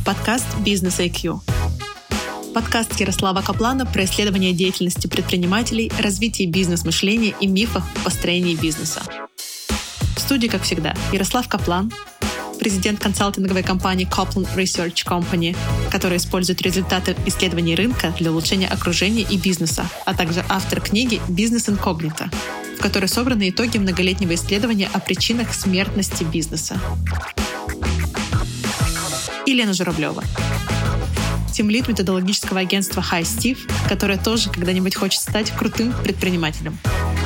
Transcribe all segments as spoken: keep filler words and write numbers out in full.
Подкаст «Бизнес ай кью». Подкаст Ярослава Каплана про исследование деятельности предпринимателей, развитие бизнес-мышления и мифов в построении бизнеса. В студии, как всегда, Ярослав Каплан, президент консалтинговой компании Kaplan Research Company, которая использует результаты исследований рынка для улучшения окружения и бизнеса, а также автор книги «Бизнес инкогнито», в которой собраны итоги многолетнего исследования о причинах смертности бизнеса. И Лена Журавлева, тимлид методологического агентства HiStiff, которая тоже когда-нибудь хочет стать крутым предпринимателем.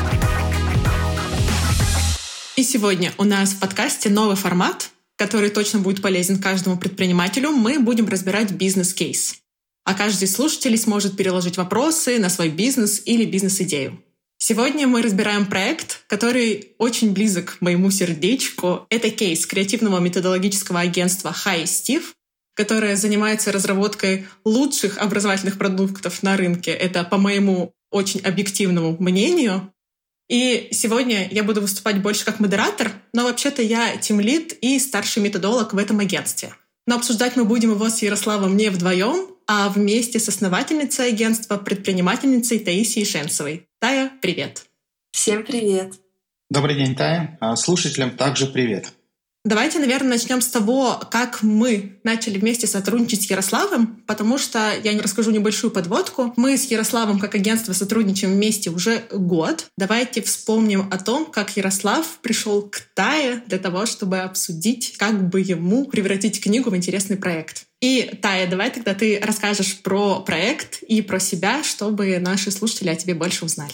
И сегодня у нас в подкасте новый формат, который точно будет полезен каждому предпринимателю. Мы будем разбирать бизнес-кейс. А каждый слушатель сможет переложить вопросы на свой бизнес или бизнес-идею. Сегодня мы разбираем проект, который очень близок к моему сердечку. Это кейс креативного методологического агентства HiStiff, которое занимается разработкой лучших образовательных продуктов на рынке. Это по моему очень объективному мнению. И сегодня я буду выступать больше как модератор, но вообще-то я тимлид и старший методолог в этом агентстве. Но обсуждать мы будем его с Ярославом не вдвоем, а вместе с основательницей агентства, предпринимательницей Таисией Шенцевой. Тая, привет. Всем привет. Добрый день, Тая. Слушателям также привет. Давайте, наверное, начнем с того, как мы начали вместе сотрудничать с Ярославом, потому что я не расскажу небольшую подводку. Мы с Ярославом как агентство сотрудничаем вместе уже год. Давайте вспомним о том, как Ярослав пришел к Тае для того, чтобы обсудить, как бы ему превратить книгу в интересный проект. И, Тая, давай тогда ты расскажешь про проект и про себя, чтобы наши слушатели о тебе больше узнали.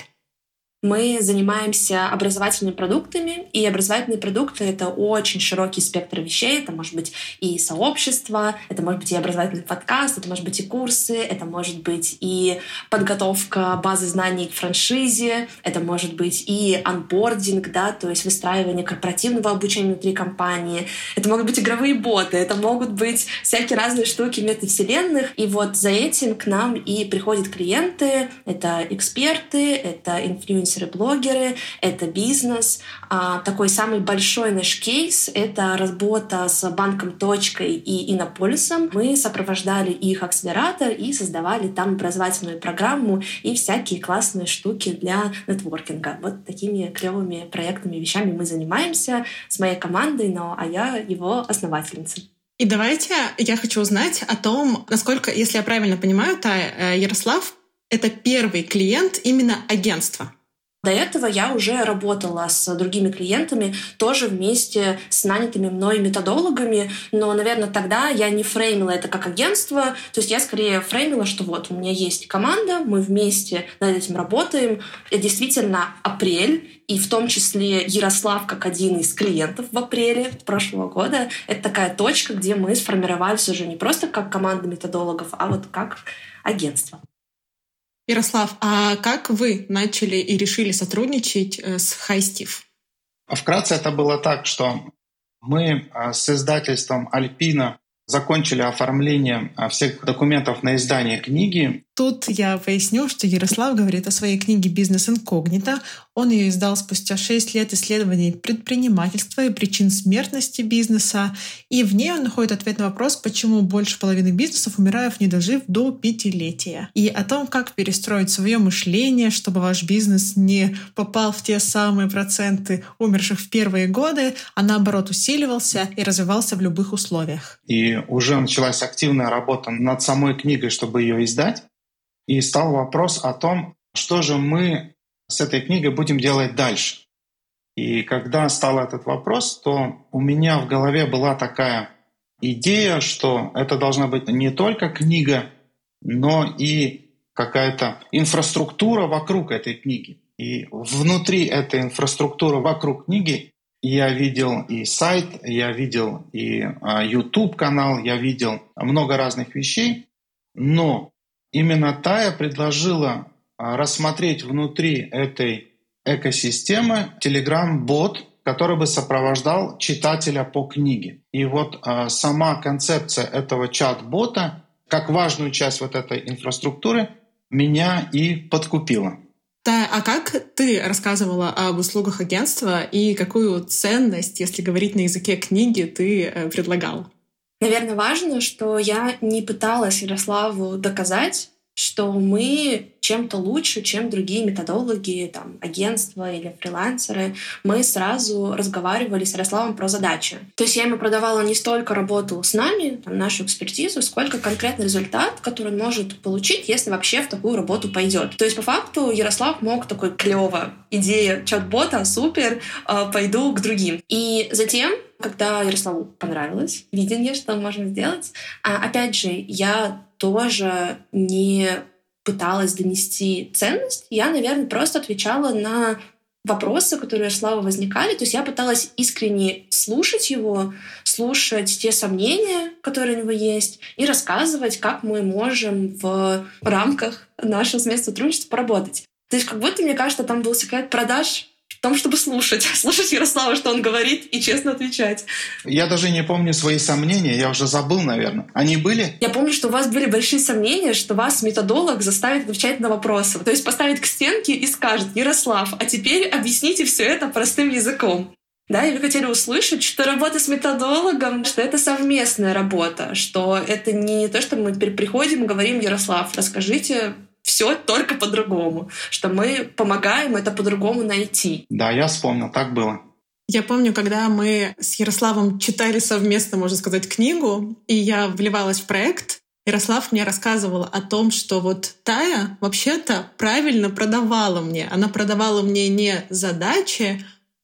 Мы занимаемся образовательными продуктами, и образовательные продукты — это очень широкий спектр вещей. Это может быть и сообщество, это может быть и образовательный подкаст, это может быть и курсы, это может быть и подготовка базы знаний к франшизе, это может быть и онбординг, да, то есть выстраивание корпоративного обучения внутри компании, это могут быть игровые боты, это могут быть всякие разные штуки метавселенных. И вот за этим к нам и приходят клиенты, это эксперты, это инфлюенсеры, блогеры, это бизнес. А, такой самый большой наш кейс — это работа с банком «Точкой» и Иннополисом. Мы сопровождали их акселератор и создавали там образовательную программу и всякие классные штуки для нетворкинга. Вот такими клевыми проектами, вещами мы занимаемся с моей командой, но, а я его основательница. И давайте я хочу узнать о том, насколько, если я правильно понимаю, Тая, Ярослав — это первый клиент именно агентства. До этого я уже работала с другими клиентами, тоже вместе с нанятыми мной методологами, но, наверное, тогда я не фреймила это как агентство, то есть я скорее фреймила, что вот у меня есть команда, мы вместе над этим работаем. Это действительно апрель, и в том числе Ярослав как один из клиентов в апреле прошлого года. Это такая точка, где мы сформировались уже не просто как команда методологов, а вот как агентство. Ярослав, а как вы начали и решили сотрудничать с HiStiff? Вкратце это было так, что мы с издательством «Альпина» закончили оформление всех документов на издание книги. Тут я поясню, что Ярослав говорит о своей книге «Бизнес инкогнито». Он ее издал спустя шесть лет исследований предпринимательства и причин смертности бизнеса. И в ней он находит ответ на вопрос, почему больше половины бизнесов умирают, не дожив до пятилетия. И о том, как перестроить свое мышление, чтобы ваш бизнес не попал в те самые проценты умерших в первые годы, а наоборот усиливался и развивался в любых условиях. И уже началась активная работа над самой книгой, чтобы ее издать. И стал вопрос о том, что же мы с этой книгой будем делать дальше. И когда стал этот вопрос, то у меня в голове была такая идея, что это должна быть не только книга, но и какая-то инфраструктура вокруг этой книги. И внутри этой инфраструктуры вокруг книги я видел и сайт, я видел и YouTube-канал, я видел много разных вещей, но именно Тая предложила рассмотреть внутри этой экосистемы Telegram-бот, который бы сопровождал читателя по книге. И вот а, сама концепция этого чат-бота, как важную часть вот этой инфраструктуры, меня и подкупила. Да, а как ты рассказывала об услугах агентства и какую ценность, если говорить на языке книги, ты предлагал? Наверное, важно, что я не пыталась Ярославу доказать, что мы чем-то лучше, чем другие методологи, там, агентства или фрилансеры. Мы сразу разговаривали с Ярославом про задачи. То есть я ему продавала не столько работу с нами, там, нашу экспертизу, сколько конкретный результат, который он может получить, если вообще в такую работу пойдет. То есть по факту Ярослав мог такой: клево, идея чат-бота, супер, пойду к другим. И затем, когда Ярославу понравилось видение, что можно сделать, опять же, я тоже не пыталась донести ценность. Я, наверное, просто отвечала на вопросы, которые у Ярослава возникали. То есть я пыталась искренне слушать его, слушать те сомнения, которые у него есть, и рассказывать, как мы можем в рамках нашего совместного сотрудничества поработать. То есть как будто, мне кажется, там был секрет продаж в том, чтобы слушать. Слушать Ярослава, что он говорит, и честно отвечать. Я даже не помню свои сомнения, я уже забыл, наверное. Они были? Я помню, что у вас были большие сомнения, что вас методолог заставит отвечать на вопросы. То есть поставит к стенке и скажет: Ярослав, а теперь объясните все это простым языком. Да, и вы хотели услышать, что работа с методологом, что это совместная работа, что это не то, что мы теперь приходим и говорим: Ярослав, расскажите все только по-другому, что мы помогаем это по-другому найти. Да, я вспомнил, так было. Я помню, когда мы с Ярославом читали совместно, можно сказать, книгу, и я вливалась в проект, Ярослав мне рассказывал о том, что вот Тая вообще-то правильно продавала мне. Она продавала мне не задачи,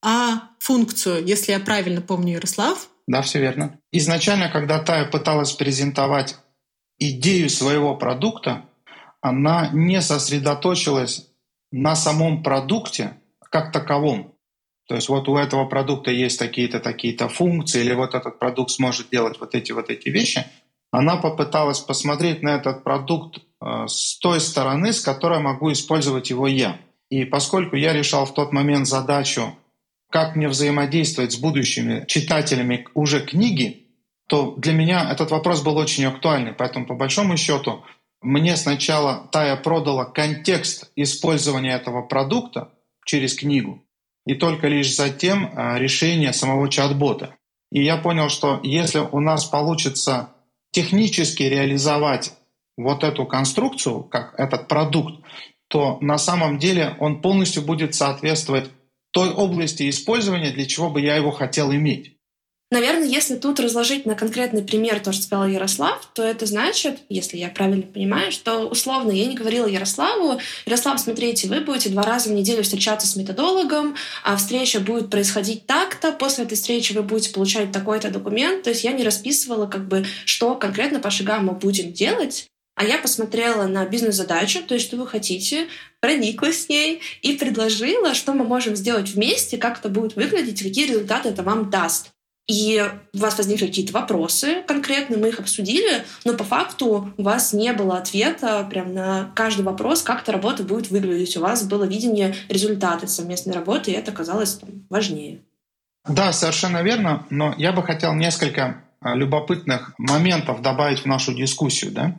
а функцию, если я правильно помню, Ярослав. Да, все верно. Изначально, когда Тая пыталась презентовать идею своего продукта, она не сосредоточилась на самом продукте как таковом. То есть вот у этого продукта есть такие-то, такие-то функции, или вот этот продукт сможет делать вот эти вот эти вещи. Она попыталась посмотреть на этот продукт э, с той стороны, с которой могу использовать его я. И поскольку я решал в тот момент задачу, как мне взаимодействовать с будущими читателями уже книги, то для меня этот вопрос был очень актуальный. Поэтому, по большому счету, мне сначала Тая продала контекст использования этого продукта через книгу, и только лишь затем решение самого чат-бота. И я понял, что если у нас получится технически реализовать вот эту конструкцию, как этот продукт, то на самом деле он полностью будет соответствовать той области использования, для чего бы я его хотел иметь. Наверное, если тут разложить на конкретный пример то, что сказал Ярослав, то это значит, если я правильно понимаю, что условно я не говорила Ярославу: Ярослав, смотрите, вы будете два раза в неделю встречаться с методологом, а встреча будет происходить так-то, после этой встречи вы будете получать такой-то документ. То есть я не расписывала, как бы, что конкретно по шагам мы будем делать, а я посмотрела на бизнес-задачу, то есть что вы хотите, прониклась с ней и предложила, что мы можем сделать вместе, как это будет выглядеть, какие результаты это вам даст. И у вас возникли какие-то вопросы конкретные, мы их обсудили, но по факту у вас не было ответа прям на каждый вопрос, как эта работа будет выглядеть. У вас было видение результата совместной работы, и это казалось там важнее. Да, совершенно верно, но я бы хотел несколько любопытных моментов добавить в нашу дискуссию. Да?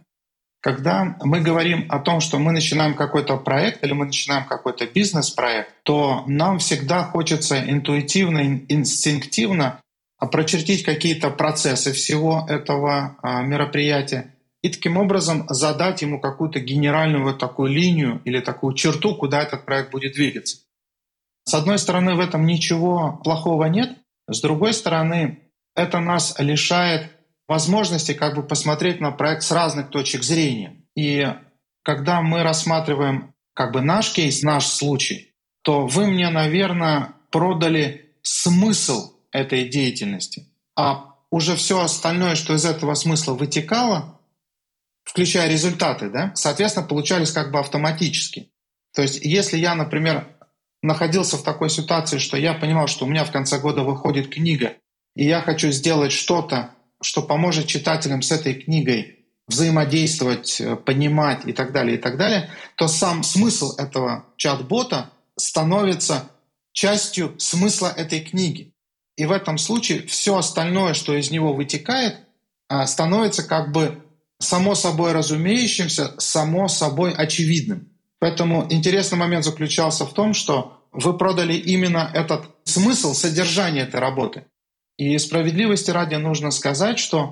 Когда мы говорим о том, что мы начинаем какой-то проект или мы начинаем какой-то бизнес-проект, то нам всегда хочется интуитивно, инстинктивно прочертить какие-то процессы всего этого а, мероприятия и таким образом задать ему какую-то генеральную вот такую линию или такую черту, куда этот проект будет двигаться. С одной стороны, в этом ничего плохого нет, с другой стороны, это нас лишает возможности как бы посмотреть на проект с разных точек зрения. И когда мы рассматриваем как бы наш кейс, наш случай, то вы мне, наверное, продали смысл этой деятельности. А уже все остальное, что из этого смысла вытекало, включая результаты, да, соответственно, получались как бы автоматически. То есть если я, например, находился в такой ситуации, что я понимал, что у меня в конце года выходит книга, и я хочу сделать что-то, что поможет читателям с этой книгой взаимодействовать, понимать и так далее, и так далее, то сам смысл этого чат-бота становится частью смысла этой книги. И в этом случае все остальное, что из него вытекает, становится как бы само собой разумеющимся, само собой очевидным. Поэтому интересный момент заключался в том, что вы продали именно этот смысл, содержание этой работы. И справедливости ради нужно сказать, что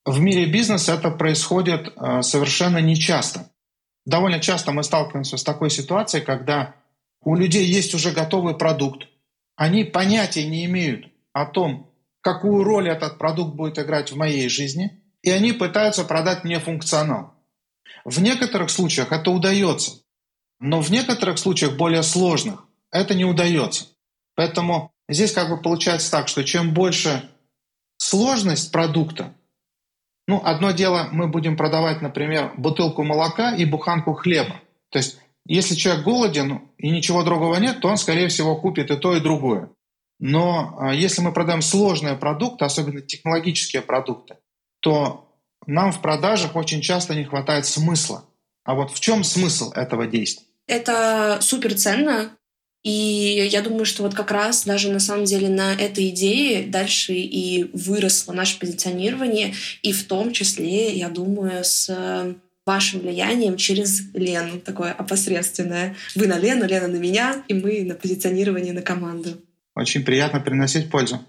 в мире бизнеса это происходит совершенно нечасто. Довольно часто мы сталкиваемся с такой ситуацией, когда у людей есть уже готовый продукт, они понятия не имеют о том, какую роль этот продукт будет играть в моей жизни, и они пытаются продать мне функционал. В некоторых случаях это удается, но в некоторых случаях более сложных это не удается. Поэтому здесь как бы получается так, что чем больше сложность продукта, ну, одно дело, мы будем продавать, например, бутылку молока и буханку хлеба. То есть, если человек голоден и ничего другого нет, то он, скорее всего, купит и то, и другое. Но а, если мы продаем сложные продукты, особенно технологические продукты, то нам в продажах очень часто не хватает смысла. А вот в чем смысл этого действия? Это супер ценно. И я думаю, что вот как раз даже на самом деле на этой идее дальше и выросло наше позиционирование, и в том числе, я думаю, с вашим влиянием через Лену, такое опосредственное. Вы на Лену, Лена на меня, и мы на позиционирование на команду. Очень приятно приносить пользу.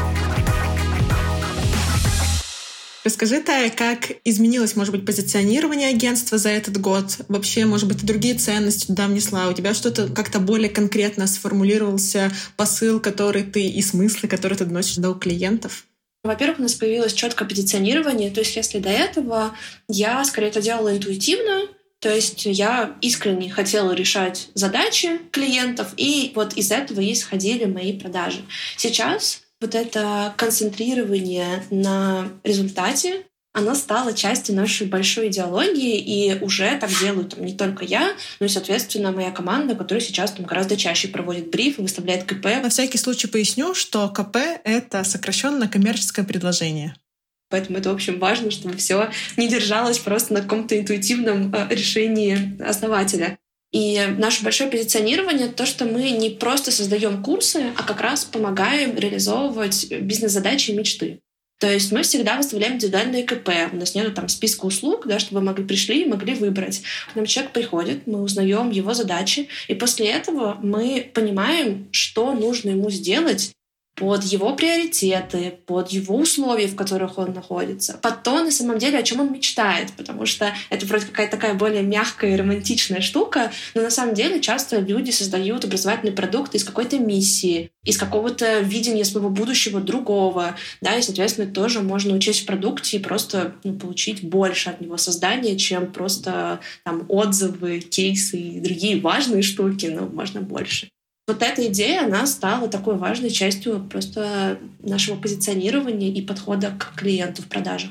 Расскажи, Тая, как изменилось, может быть, позиционирование агентства за этот год? Вообще, может быть, ты другие ценности туда внесла? У тебя что-то как-то более конкретно сформулировался посыл, который ты и смыслы, которые ты доносишь до клиентов? Во-первых, у нас появилось четкое позиционирование. То есть, если до этого я скорее это делала интуитивно, то есть я искренне хотела решать задачи клиентов, и вот из этого и исходили мои продажи. Сейчас вот это концентрирование на результате, оно стало частью нашей большой идеологии, и уже так делают там, не только я, но и, соответственно, моя команда, которая сейчас там гораздо чаще проводит бриф и выставляет КП. На всякий случай поясню, что КП — это сокращенно коммерческое предложение. Поэтому это, в общем, важно, чтобы все не держалось просто на каком-то интуитивном э, решении основателя. И наше большое позиционирование — то, что мы не просто создаем курсы, а как раз помогаем реализовывать бизнес-задачи и мечты. То есть мы всегда выставляем индивидуальные КП. У нас нет там списка услуг, да, чтобы вы могли пришли и могли выбрать. К нам человек приходит, мы узнаем его задачи, и после этого мы понимаем, что нужно ему сделать под его приоритеты, под его условия, в которых он находится, под то, на самом деле, о чем он мечтает, потому что это вроде какая-то такая более мягкая и романтичная штука, но на самом деле часто люди создают образовательный продукт из какой-то миссии, из какого-то видения своего будущего другого, да, и, соответственно, тоже можно учесть в продукте и просто ну, получить больше от него создания, чем просто там отзывы, кейсы и другие важные штуки, но можно больше. Вот эта идея, она стала такой важной частью просто нашего позиционирования и подхода к клиенту в продажах.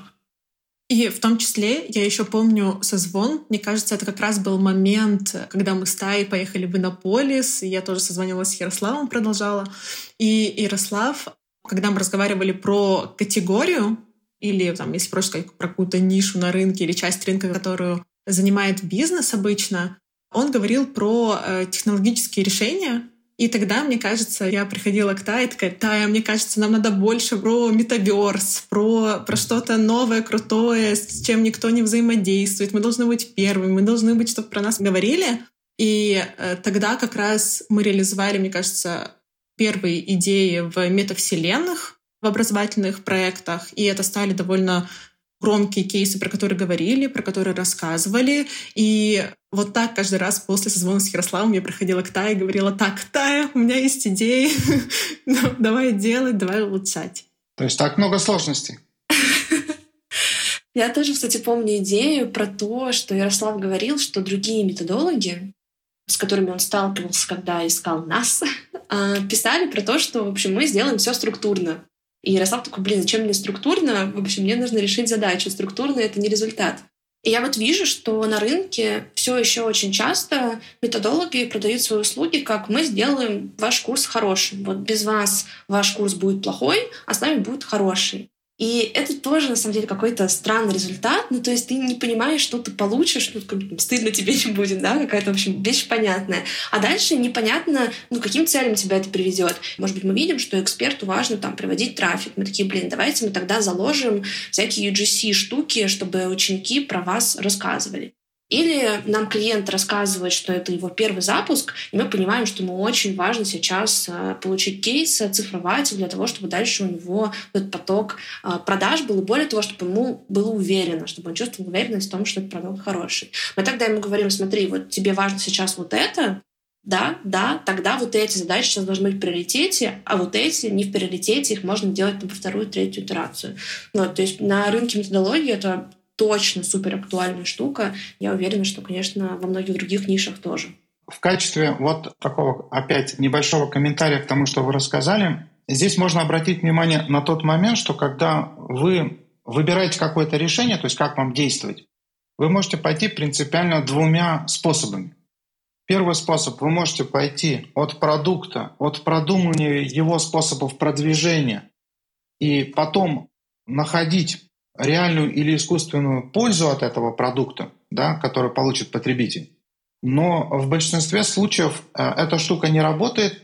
И в том числе я еще помню созвон. Мне кажется, это как раз был момент, когда мы с Таей поехали в Иннополис, и я тоже созвонилась с Ярославом, продолжала. И Ярослав, когда мы разговаривали про категорию, или, там, если проще сказать, про какую-то нишу на рынке или часть рынка, которую занимает бизнес обычно, он говорил про э, технологические решения. И тогда, мне кажется, я приходила к Тае и такая: Тая, мне кажется, нам надо больше про метаверс, про, про что-то новое, крутое, с чем никто не взаимодействует. Мы должны быть первыми, мы должны быть, чтобы про нас говорили. И э, тогда как раз мы реализовали, мне кажется, первые идеи в метавселенных, в образовательных проектах. И это стали довольно громкие кейсы, про которые говорили, про которые рассказывали. И вот так каждый раз после созвона с Ярославом я приходила к Тае и говорила: так, Тая, у меня есть идеи, давай делать, давай улучшать. То есть так много сложностей. Я тоже, кстати, помню идею про то, что Ярослав говорил, что другие методологи, с которыми он сталкивался, когда искал нас, писали про то, что, в общем, мы сделаем все структурно. И Ярослав такой: блин, зачем мне структурно? В общем, мне нужно решить задачу. Структурно — это не результат. И я вот вижу, что на рынке все еще очень часто методологи продают свои услуги как: мы сделаем ваш курс хорошим. Вот без вас ваш курс будет плохой, а с нами будет хороший. И это тоже, на самом деле, какой-то странный результат. Ну, то есть ты не понимаешь, что ты получишь, ну, стыдно тебе не будет, да, какая-то, в общем, вещь понятная. А дальше непонятно, ну, каким целям тебя это приведет. Может быть, мы видим, что эксперту важно там приводить трафик. Мы такие: блин, давайте мы тогда заложим всякие ю джи си-штуки, чтобы ученики про вас рассказывали. Или нам клиент рассказывает, что это его первый запуск, и мы понимаем, что ему очень важно сейчас получить кейс, оцифровать для того, чтобы дальше у него этот поток продаж был, и более того, чтобы ему было уверенно, чтобы он чувствовал уверенность в том, что этот продукт хороший. Мы тогда ему говорим: смотри, вот тебе важно сейчас вот это, да, да, тогда вот эти задачи сейчас должны быть в приоритете, а вот эти не в приоритете, их можно делать на вторую, третью итерацию. Вот, то есть на рынке методологии это точно супер актуальная штука. Я уверена, что, конечно, во многих других нишах тоже. В качестве вот такого, опять, небольшого комментария к тому, что вы рассказали, здесь можно обратить внимание на тот момент, что когда вы выбираете какое-то решение, то есть как вам действовать, вы можете пойти принципиально двумя способами. Первый способ — вы можете пойти от продукта, от продумывания его способов продвижения и потом находить реальную или искусственную пользу от этого продукта, да, который получит потребитель. Но в большинстве случаев э, эта штука не работает,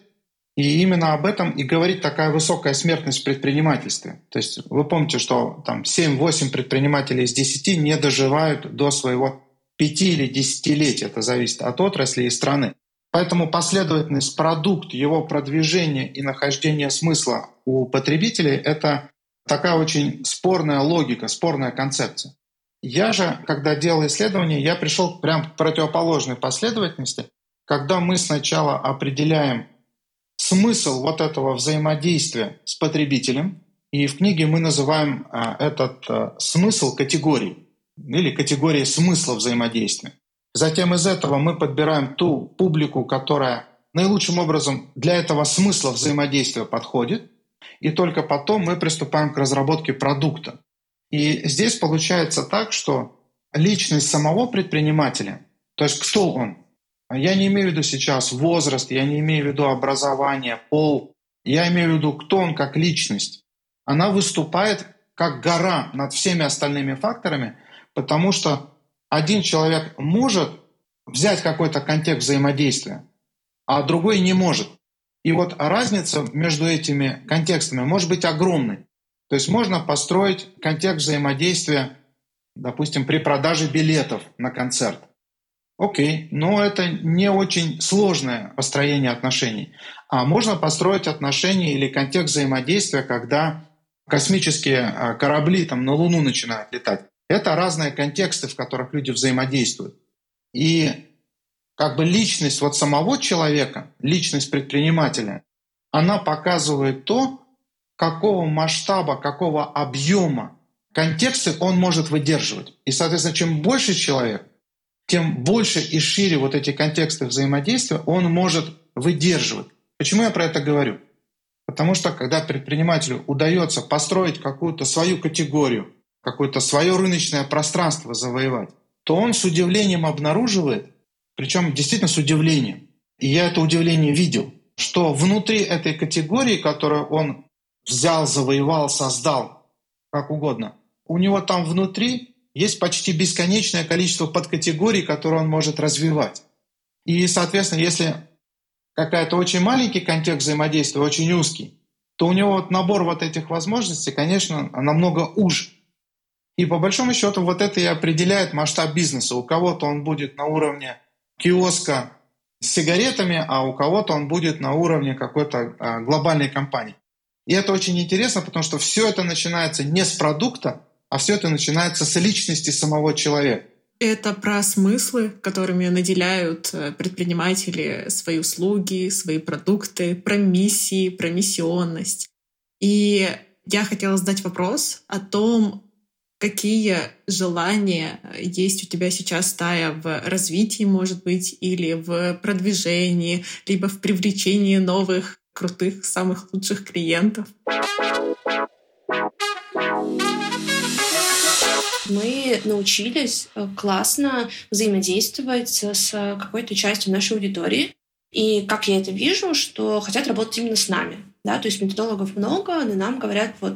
и именно об этом и говорит такая высокая смертность в предпринимательстве. То есть вы помните, что там семь-восемь предпринимателей из десяти не доживают до своего пяти или десятилетия. Это зависит от отрасли и страны. Поэтому последовательность, продукт, его продвижение и нахождение смысла у потребителей — это такая очень спорная логика, спорная концепция. Я же, когда делал исследование, я пришел прям к противоположной последовательности, когда мы сначала определяем смысл вот этого взаимодействия с потребителем, и в книге мы называем а, этот а, смысл категорией или категорией смысла взаимодействия. Затем из этого мы подбираем ту публику, которая наилучшим образом для этого смысла взаимодействия подходит, и только потом мы приступаем к разработке продукта. И здесь получается так, что личность самого предпринимателя, то есть кто он, я не имею в виду сейчас возраст, я не имею в виду образование, пол, я имею в виду, кто он как личность. Она выступает как гора над всеми остальными факторами, потому что один человек может взять какой-то контекст взаимодействия, а другой не может. И вот разница между этими контекстами может быть огромной. То есть можно построить контекст взаимодействия, допустим, при продаже билетов на концерт. Окей, но это не очень сложное построение отношений. А можно построить отношения или контекст взаимодействия, когда космические корабли там на Луну начинают летать. Это разные контексты, в которых люди взаимодействуют. И как бы личность вот самого человека, личность предпринимателя, она показывает то, какого масштаба, какого объема контексты он может выдерживать. И, соответственно, чем больше человек, тем больше и шире вот эти контексты взаимодействия он может выдерживать. Почему я про это говорю? Потому что когда предпринимателю удается построить какую-то свою категорию, какое-то свое рыночное пространство завоевать, то он с удивлением обнаруживает, причем действительно с удивлением, и я это удивление видел, что внутри этой категории, которую он взял, завоевал, создал, как угодно, у него там внутри есть почти бесконечное количество подкатегорий, которые он может развивать. И, соответственно, если какая-то очень маленький контекст взаимодействия, очень узкий, то у него вот набор вот этих возможностей, конечно, намного уже. И по большому счету вот это и определяет масштаб бизнеса. У кого-то он будет на уровне киоска с сигаретами, а у кого-то он будет на уровне какой-то а, глобальной компании. И это очень интересно, потому что все это начинается не с продукта, а все это начинается с личности самого человека. Это про смыслы, которыми наделяют предприниматели свои услуги, свои продукты, про миссии, про миссионность. И я хотела задать вопрос о том, какие желания есть у тебя сейчас, Тая, в развитии, может быть, или в продвижении, либо в привлечении новых, крутых, самых лучших клиентов? Мы научились классно взаимодействовать с какой-то частью нашей аудитории. И как я это вижу, что хотят работать именно с нами. Да? То есть методологов много, но нам говорят, вот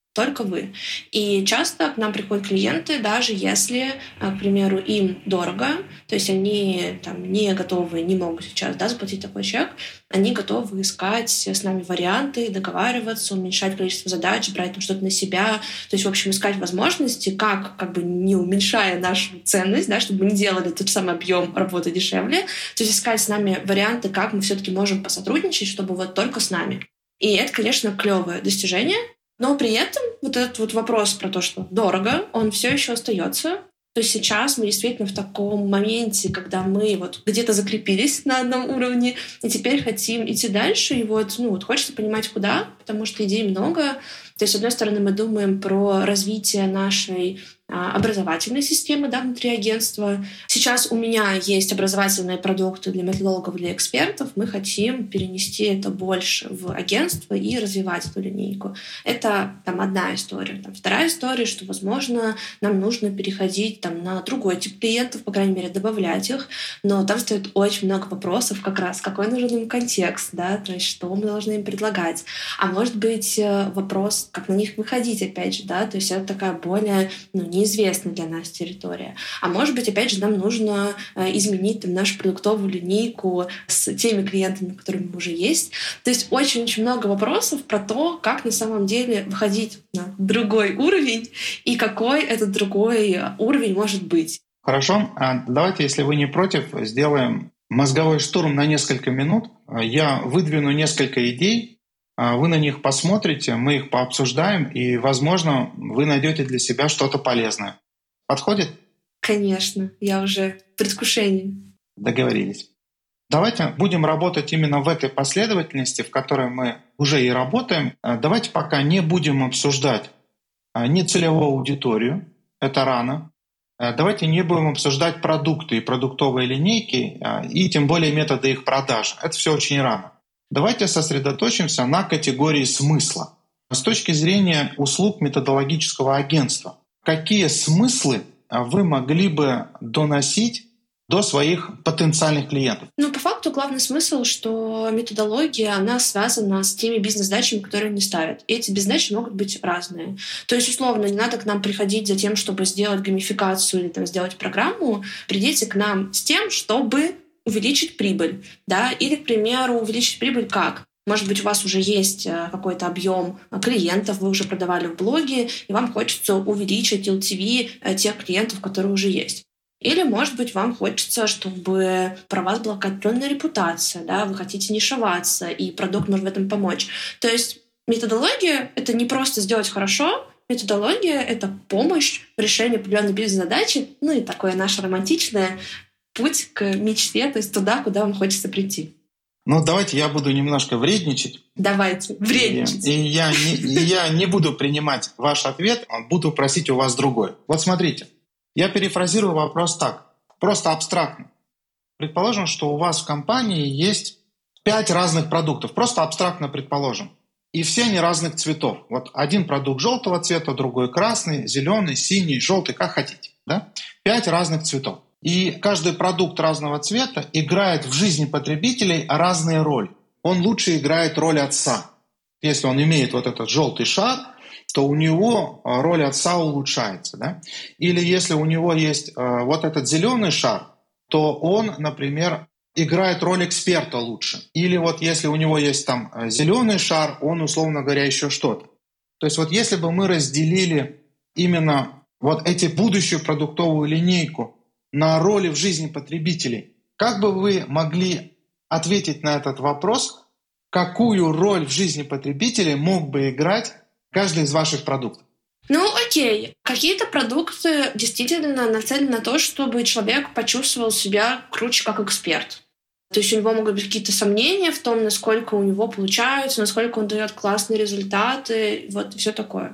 только вы. И часто к нам приходят клиенты, даже если, к примеру, им дорого, то есть они там, не готовы, не могут сейчас да, заплатить такой чек, они готовы искать с нами варианты, договариваться, уменьшать количество задач, брать там что-то на себя. То есть, в общем, искать возможности, как, как бы не уменьшая нашу ценность, да, чтобы мы не делали тот же самый объем работы дешевле. То есть искать с нами варианты, как мы все-таки можем посотрудничать, чтобы вот только с нами. И это, конечно, клевое достижение. Но при этом вот этот вот вопрос про то, что дорого, он все еще остается. То есть сейчас мы действительно в таком моменте, когда мы вот где-то закрепились на одном уровне, и теперь хотим идти дальше, и вот, ну, вот хочется понимать, куда, потому что идей много. То есть, с одной стороны, мы думаем про развитие нашей а, образовательной системы, да, внутри агентства. Сейчас у меня есть образовательные продукты для методологов, для экспертов. Мы хотим перенести это больше в агентство и развивать эту линейку. Это там одна история. Там, вторая история, что, возможно, нам нужно переходить там, на другой тип клиентов, по крайней мере, добавлять их. Но там стоит очень много вопросов, как раз какой нужен им контекст, да, то есть что мы должны им предлагать. А может быть, вопрос, как на них выходить, опять же, да, то есть это такая более, ну, неизвестная для нас территория. А может быть, опять же, нам нужно изменить там, нашу продуктовую линейку с теми клиентами, которыми уже есть. То есть очень-очень много вопросов про то, как на самом деле выходить на другой уровень и какой этот другой уровень может быть. Хорошо. Давайте, если вы не против, сделаем мозговой штурм на несколько минут. Я выдвину несколько идей, вы на них посмотрите, мы их пообсуждаем, и, возможно, вы найдете для себя что-то полезное. Подходит? Конечно, я уже в предвкушении. Договорились. Давайте будем работать именно в этой последовательности, в которой мы уже и работаем. Давайте пока не будем обсуждать ни целевую аудиторию, это рано. Давайте не будем обсуждать продукты и продуктовые линейки, и тем более методы их продажи. Это все очень рано. Давайте сосредоточимся на категории смысла. С точки зрения услуг методологического агентства, какие смыслы вы могли бы доносить до своих потенциальных клиентов? Ну, по факту главный смысл, что методология, она связана с теми бизнес-задачами, которые они ставят. И эти бизнес-задачи могут быть разные. То есть, условно, не надо к нам приходить за тем, чтобы сделать геймификацию или там, сделать программу. Придите к нам с тем, чтобы увеличить прибыль, да, или, к примеру, увеличить прибыль как? Может быть, у вас уже есть какой-то объем клиентов, вы уже продавали в блоге, и вам хочется увеличить эл ти ви тех клиентов, которые уже есть. Или, может быть, вам хочется, чтобы про вас была какая-то определенная репутация, да, вы хотите нишеваться, и продукт может в этом помочь. То есть методология — это не просто сделать хорошо, методология — это помощь в решении определенной бизнес-задачи, ну и такое наше романтичное путь к мечте, то есть туда, куда вам хочется прийти. Ну, давайте я буду немножко вредничать. Давайте, вредничать. И, и, я, не, и я не буду принимать ваш ответ, а буду просить у вас другой. Вот смотрите, я перефразирую вопрос так, просто абстрактно. Предположим, что у вас в компании есть пять разных продуктов, просто абстрактно предположим. И все они разных цветов. Вот один продукт желтого цвета, другой красный, зеленый, синий, желтый, как хотите. Да? Пять разных цветов. И каждый продукт разного цвета играет в жизни потребителей разные роли. Он лучше играет роль отца. Если он имеет вот этот желтый шар, то у него роль отца улучшается. Да? Или если у него есть вот этот зеленый шар, то он, например, играет роль эксперта лучше. Или вот если у него есть там зеленый шар, он, условно говоря, еще что-то. То есть вот если бы мы разделили именно вот эти будущую продуктовую линейку на роли в жизни потребителей, как бы вы могли ответить на этот вопрос, какую роль в жизни потребителей мог бы играть каждый из ваших продуктов? Ну, окей. Какие-то продукты действительно нацелены на то, чтобы человек почувствовал себя круче как эксперт. То есть у него могут быть какие-то сомнения в том, насколько у него получается, насколько он дает классные результаты, вот и все такое.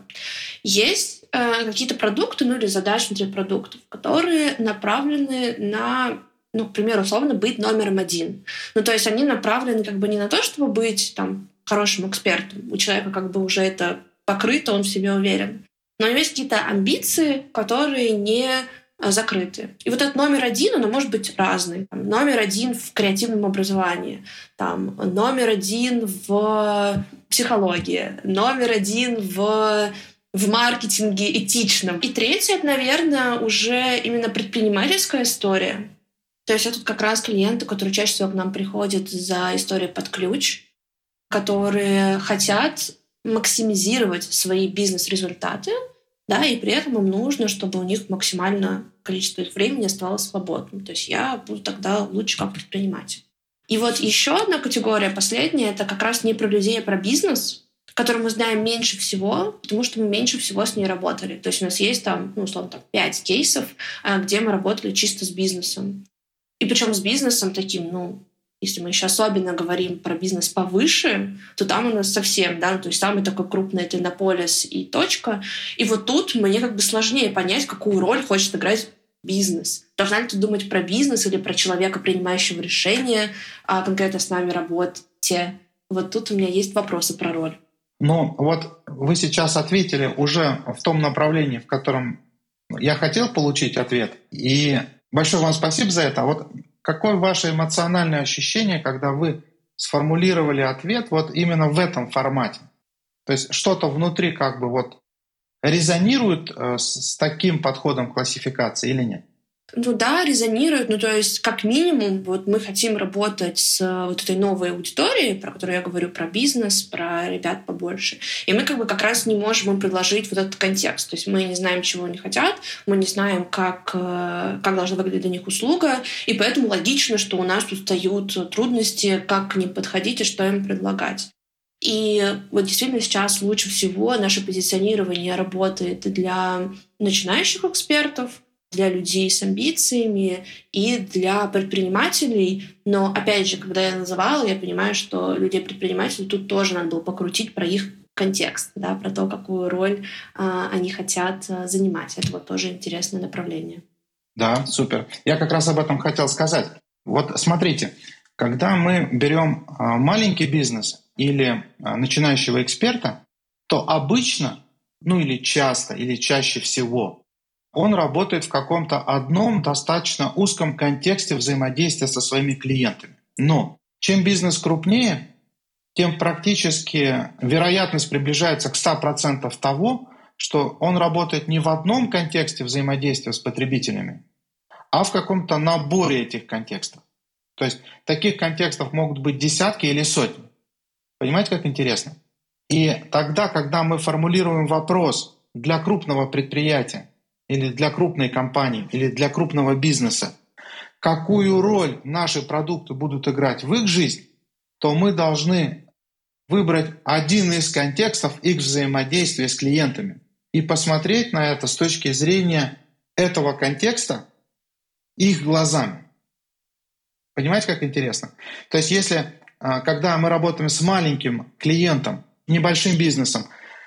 Есть э, какие-то продукты, ну или задачи внутри продуктов, которые направлены на, ну, к примеру, условно, быть номером один. Ну, то есть они направлены как бы не на то, чтобы быть там хорошим экспертом. У человека как бы уже это покрыто, он в себе уверен. Но у него есть какие-то амбиции, которые не закрыты. И вот этот номер один, он может быть разный. Там, номер один в креативном образовании, там, номер один в психологии, номер один в в маркетинге этичном. И третье, это, наверное, уже именно предпринимательская история. То есть это как раз клиенты, которые чаще всего к нам приходят за историей под ключ, которые хотят максимизировать свои бизнес-результаты, да, и при этом им нужно, чтобы у них максимальное количество их времени оставалось свободным. То есть я буду тогда лучше как предприниматель. И вот еще одна категория, последняя, это как раз не про людей, а про бизнес, который мы знаем меньше всего, потому что мы меньше всего с ней работали. То есть у нас есть там, ну, условно, так, пять кейсов, где мы работали чисто с бизнесом. И причем с бизнесом таким, ну, если мы еще особенно говорим про бизнес повыше, то там у нас совсем, да, то есть самый такой крупный — это Иннополис и точка. И вот тут мне как бы сложнее понять, какую роль хочет играть бизнес. Должна ли ты думать про бизнес или про человека, принимающего решения, а конкретно с нами работаете? Вот тут у меня есть вопросы про роль. Ну, вот вы сейчас ответили уже в том направлении, в котором я хотел получить ответ. И большое вам спасибо за это. А вот какое ваше эмоциональное ощущение, когда вы сформулировали ответ вот именно в этом формате? То есть что-то внутри как бы вот резонирует э, с, с таким подходом классификации или нет? Ну да, резонирует. Ну то есть как минимум вот мы хотим работать с вот этой новой аудиторией, про которую я говорю, про бизнес, про ребят побольше. И мы как бы как раз не можем им предложить вот этот контекст. То есть мы не знаем, чего они хотят, мы не знаем, как, как должна выглядеть для них услуга, и поэтому логично, что у нас тут встают трудности, как к ним подходить и что им предлагать. И вот действительно сейчас лучше всего наше позиционирование работает для начинающих экспертов, для людей с амбициями и для предпринимателей. Но, опять же, когда я называла, я понимаю, что людей-предпринимателей тут тоже надо было покрутить про их контекст, да, про то, какую роль а, они хотят а, занимать. Это вот тоже интересное направление. Да, супер. Я как раз об этом хотел сказать. Вот смотрите, когда мы берем а, маленький бизнес или а, начинающего эксперта, то обычно, ну или часто, или чаще всего, он работает в каком-то одном достаточно узком контексте взаимодействия со своими клиентами. Но чем бизнес крупнее, тем практически вероятность приближается к ста процентам того, что он работает не в одном контексте взаимодействия с потребителями, а в каком-то наборе этих контекстов. То есть таких контекстов могут быть десятки или сотни. Понимаете, как интересно? И тогда, когда мы формулируем вопрос для крупного предприятия, или для крупной компании, или для крупного бизнеса, какую роль наши продукты будут играть в их жизни, то мы должны выбрать один из контекстов их взаимодействия с клиентами и посмотреть на это с точки зрения этого контекста их глазами. Понимаете, как интересно? То есть если, когда мы работаем с маленьким клиентом, небольшим бизнесом,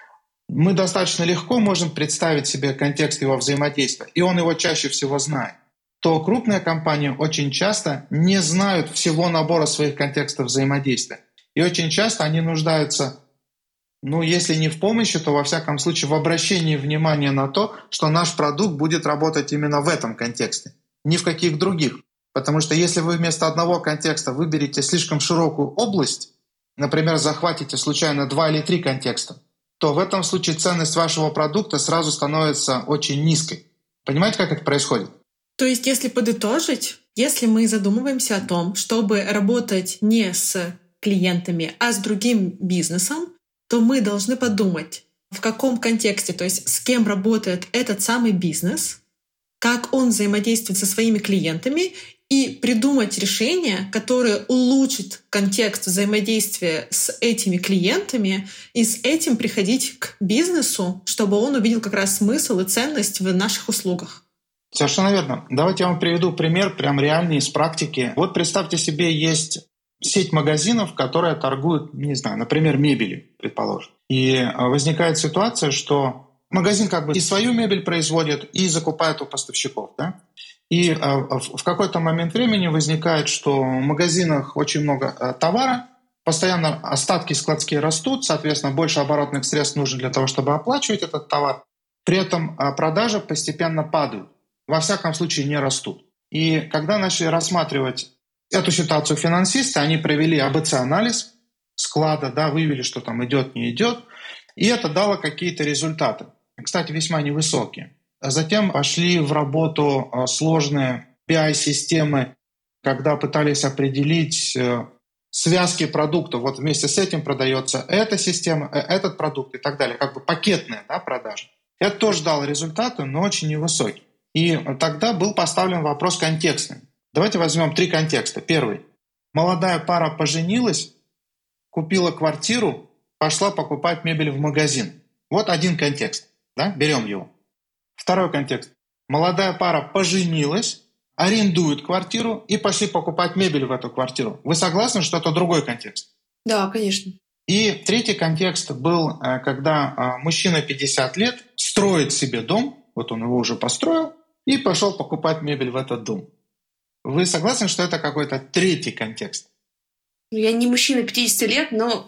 мы достаточно легко можем представить себе контекст его взаимодействия, и он его чаще всего знает. То крупные компании очень часто не знают всего набора своих контекстов взаимодействия. И очень часто они нуждаются, ну, если не в помощи, то во всяком случае в обращении внимания на то, что наш продукт будет работать именно в этом контексте, ни в каких других. Потому что если вы вместо одного контекста выберете слишком широкую область, например, захватите случайно два или три контекста, то в этом случае ценность вашего продукта сразу становится очень низкой. Понимаете, как это происходит? То есть, если подытожить, если мы задумываемся о том, чтобы работать не с клиентами, а с другим бизнесом, то мы должны подумать, в каком контексте, то есть с кем работает этот самый бизнес, как он взаимодействует со своими клиентами, и придумать решение, которое улучшит контекст взаимодействия с этими клиентами, и с этим приходить к бизнесу, чтобы он увидел как раз смысл и ценность в наших услугах. Совершенно верно. Давайте я вам приведу пример прям реальный из практики. Вот представьте себе, есть сеть магазинов, которые торгуют, не знаю, например, мебелью, предположим. И возникает ситуация, что магазин как бы и свою мебель производит, и закупает у поставщиков, да? И в какой-то момент времени возникает, что в магазинах очень много товара, постоянно остатки складские растут, соответственно, больше оборотных средств нужно для того, чтобы оплачивать этот товар. При этом продажи постепенно падают, во всяком случае не растут. И когда начали рассматривать эту ситуацию финансисты, они провели А Бэ Цэ-анализ склада, да, выявили, что там идет, не идет, и это дало какие-то результаты. кстати, весьма невысокие. А затем пошли в работу сложные би ай-системы, когда пытались определить связки продуктов. Вот вместе с этим продается эта система, этот продукт и так далее. Как бы пакетная, да, продажа. Это тоже дало результаты, но очень невысокие. И тогда был поставлен вопрос контекстный. Давайте возьмем три контекста. Первый. Молодая пара поженилась, купила квартиру, пошла покупать мебель в магазин. Вот один контекст. Да? Берем его. Второй контекст. Молодая пара поженилась, арендуют квартиру и пошли покупать мебель в эту квартиру. Вы согласны, что это другой контекст? Да, конечно. И третий контекст был, когда мужчина пятьдесят лет строит себе дом, вот он его уже построил, и пошел покупать мебель в этот дом. Вы согласны, что это какой-то третий контекст? Я не мужчина пятьдесят лет, но,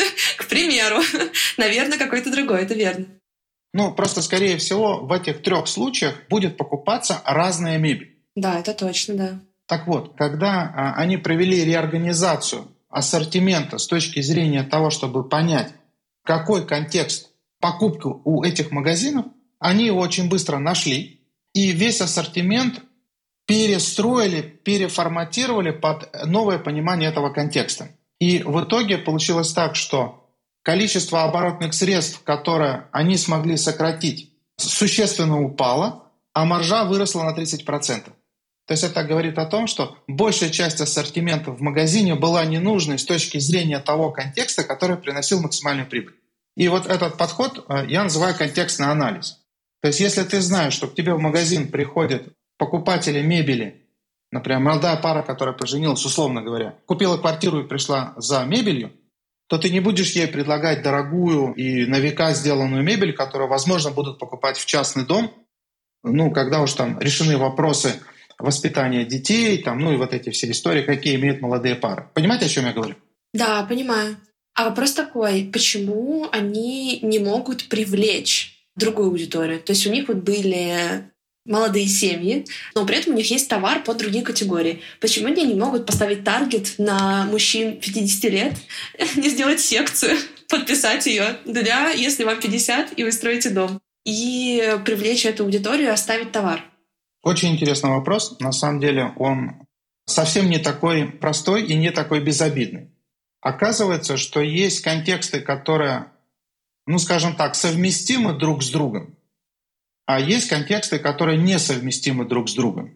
к примеру, наверное, какой-то другой, это верно. Ну, просто, скорее всего, в этих трех случаях будет покупаться разная мебель. Да, это точно, да. Так вот, когда а, они провели реорганизацию ассортимента с точки зрения того, чтобы понять, какой контекст покупки у этих магазинов, они его очень быстро нашли, и весь ассортимент перестроили, переформатировали под новое понимание этого контекста. И в итоге получилось так, что количество оборотных средств, которые они смогли сократить, существенно упало, а маржа выросла на тридцать процентов. То есть это говорит о том, что большая часть ассортимента в магазине была ненужной с точки зрения того контекста, который приносил максимальную прибыль. И вот этот подход я называю контекстный анализ. То есть если ты знаешь, что к тебе в магазин приходят покупатели мебели, например, молодая пара, которая поженилась, условно говоря, купила квартиру и пришла за мебелью, то ты не будешь ей предлагать дорогую и на века сделанную мебель, которую, возможно, будут покупать в частный дом, ну, когда уж там решены вопросы воспитания детей, там, ну и вот эти все истории, какие имеют молодые пары. Понимаете, о чем я говорю? Да, понимаю. А вопрос такой, почему они не могут привлечь другую аудиторию? То есть у них вот были молодые семьи, но при этом у них есть товар под другие категории. Почему они не могут поставить таргет на мужчин пятидесяти лет, не сделать секцию, подписать ее для, если вам пятьдесят и вы строите дом, и привлечь эту аудиторию и оставить товар? Очень интересный вопрос. На самом деле он совсем не такой простой и не такой безобидный. Оказывается, что есть контексты, которые, ну скажем так, совместимы друг с другом, а есть контексты, которые несовместимы друг с другом.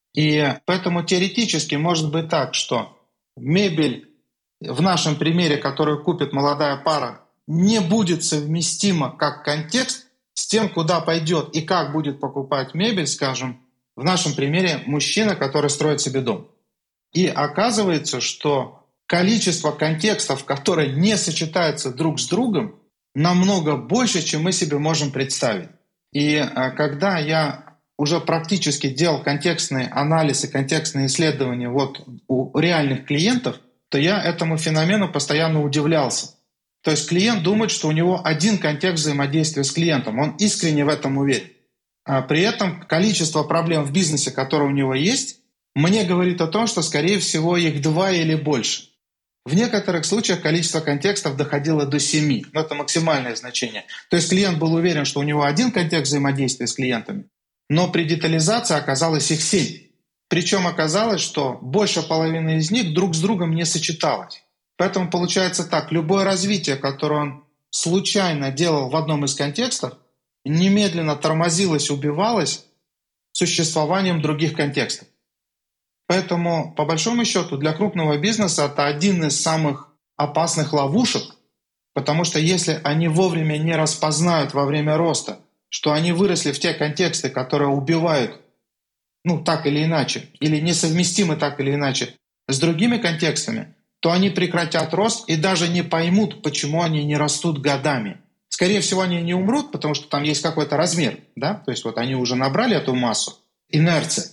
И поэтому теоретически может быть так, что мебель в нашем примере, которую купит молодая пара, не будет совместима как контекст с тем, куда пойдет и как будет покупать мебель, скажем, в нашем примере мужчина, который строит себе дом. И оказывается, что количество контекстов, которые не сочетаются друг с другом, намного больше, чем мы себе можем представить. И когда я уже практически делал контекстный анализ и контекстные исследования вот у реальных клиентов, то я этому феномену постоянно удивлялся. То есть клиент думает, что у него один контекст взаимодействия с клиентом, он искренне в этом уверен. А при этом количество проблем в бизнесе, которые у него есть, мне говорит о том, что, скорее всего, их два или больше. В некоторых случаях количество контекстов доходило до семи. Но это максимальное значение. То есть клиент был уверен, что у него один контекст взаимодействия с клиентами, но при детализации оказалось их семь. Причем оказалось, что больше половины из них друг с другом не сочеталось. Поэтому получается так, любое развитие, которое он случайно делал в одном из контекстов, немедленно тормозилось, убивалось существованием других контекстов. Поэтому, по большому счету, для крупного бизнеса это один из самых опасных ловушек, потому что если они вовремя не распознают во время роста, что они выросли в те контексты, которые убивают, ну, так или иначе, или несовместимы так или иначе с другими контекстами, то они прекратят рост и даже не поймут, почему они не растут годами. Скорее всего, они не умрут, потому что там есть какой-то размер, да, то есть вот они уже набрали эту массу, инерция,